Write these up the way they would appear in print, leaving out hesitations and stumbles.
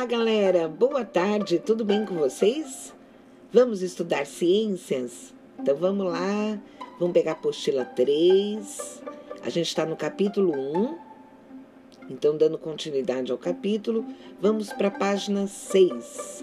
galera! Boa tarde, tudo bem com vocês? Vamos estudar ciências? Então vamos lá, vamos pegar a apostila 3. A gente está no capítulo 1. Então, dando continuidade ao capítulo, vamos para a página 6.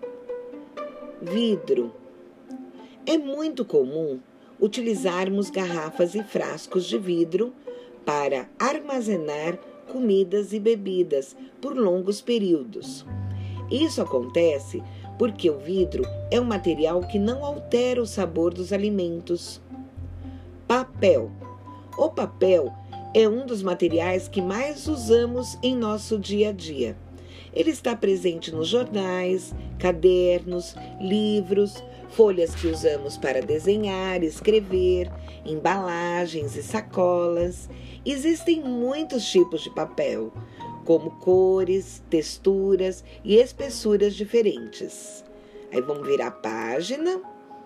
Vidro. É muito comum utilizarmos garrafas e frascos de vidro para armazenar comidas e bebidas por longos períodos. Isso acontece porque o vidro é um material que não altera o sabor dos alimentos. Papel. O papel é um dos materiais que mais usamos em nosso dia a dia. Ele está presente nos jornais, cadernos, livros, folhas que usamos para desenhar, escrever, embalagens e sacolas. Existem muitos tipos de papel, como cores, texturas e espessuras diferentes. Aí vamos virar a página.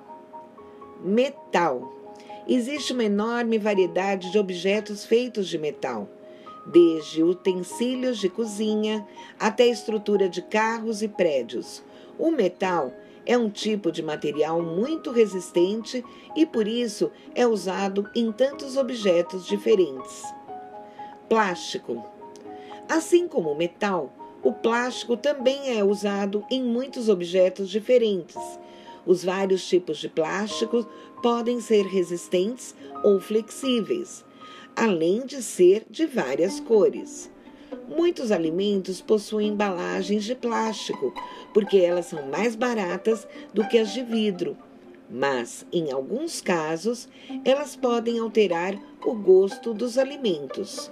Metal. Existe uma enorme variedade de objetos feitos de metal, desde utensílios de cozinha até a estrutura de carros e prédios. O metal é um tipo de material muito resistente e, por isso, é usado em tantos objetos diferentes. Plástico. Assim como o metal, o plástico também é usado em muitos objetos diferentes. Os vários tipos de plástico podem ser resistentes ou flexíveis, além de ser de várias cores. Muitos alimentos possuem embalagens de plástico, porque elas são mais baratas do que as de vidro, mas, em alguns casos, elas podem alterar o gosto dos alimentos.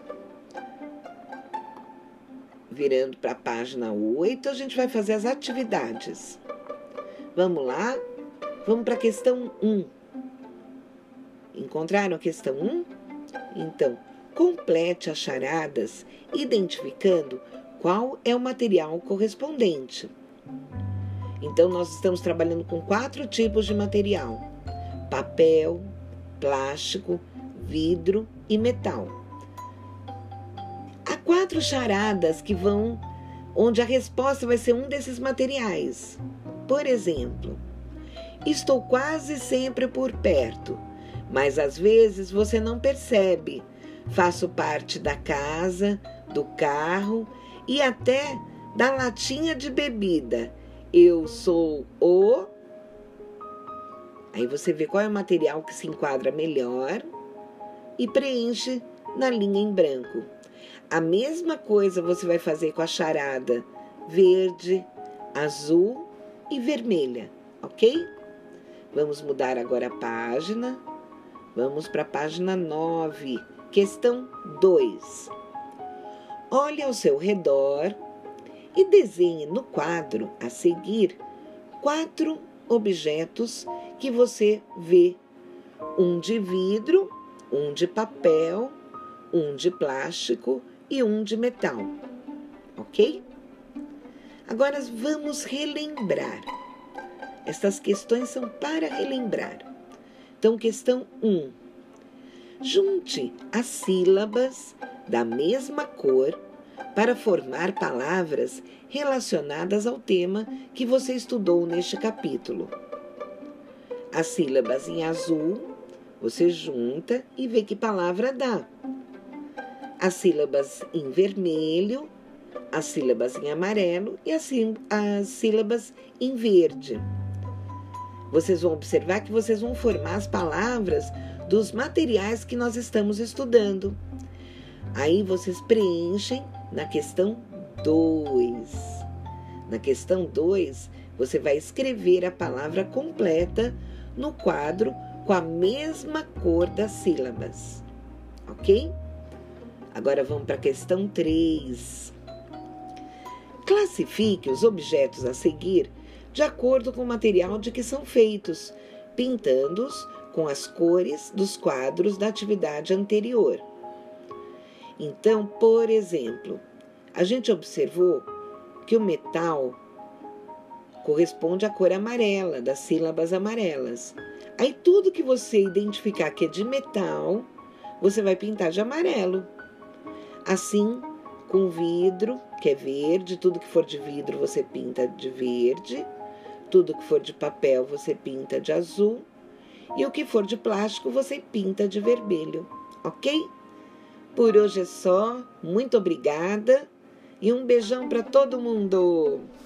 Virando para a página 8, a gente vai fazer as atividades. Vamos lá? Vamos para a questão 1. Encontraram a questão 1? Então, complete as charadas identificando qual é o material correspondente. Então, nós estamos trabalhando com 4 tipos de material: papel, plástico, vidro e metal. Há 4 charadas que vão, onde a resposta vai ser um desses materiais. Por exemplo, estou quase sempre por perto, mas às vezes você não percebe. Faço parte da casa, do carro e até da latinha de bebida. Eu sou o... Aí você vê qual é o material que se enquadra melhor e preenche na linha em branco. A mesma coisa você vai fazer com a charada verde, azul e vermelha, ok? Vamos mudar agora a página. Vamos para a página 9, questão 2. Olhe ao seu redor e desenhe no quadro a seguir 4 objetos que você vê. Um de vidro, um de papel, um de plástico e um de metal, ok? Agora vamos relembrar. Estas questões são para relembrar. Então, questão 1. Junte as sílabas da mesma cor para formar palavras relacionadas ao tema que você estudou neste capítulo. As sílabas em azul, você junta e vê que palavra dá. As sílabas em vermelho, as sílabas em amarelo e as sílabas em verde. Vocês vão observar que vocês vão formar as palavras dos materiais que nós estamos estudando. Aí vocês preenchem na questão 2. Na questão 2, você vai escrever a palavra completa no quadro com a mesma cor das sílabas. Ok? Agora vamos para a questão 3. Classifique os objetos a seguir de acordo com o material de que são feitos, pintando-os com as cores dos quadros da atividade anterior. Então, por exemplo, a gente observou que o metal corresponde à cor amarela, das sílabas amarelas. Aí tudo que você identificar que é de metal, você vai pintar de amarelo. Assim com vidro, que é verde. Tudo que for de vidro você pinta de verde. Tudo que for de papel você pinta de azul. E o que for de plástico você pinta de vermelho, ok? Por hoje é só. Muito obrigada e um beijão para todo mundo!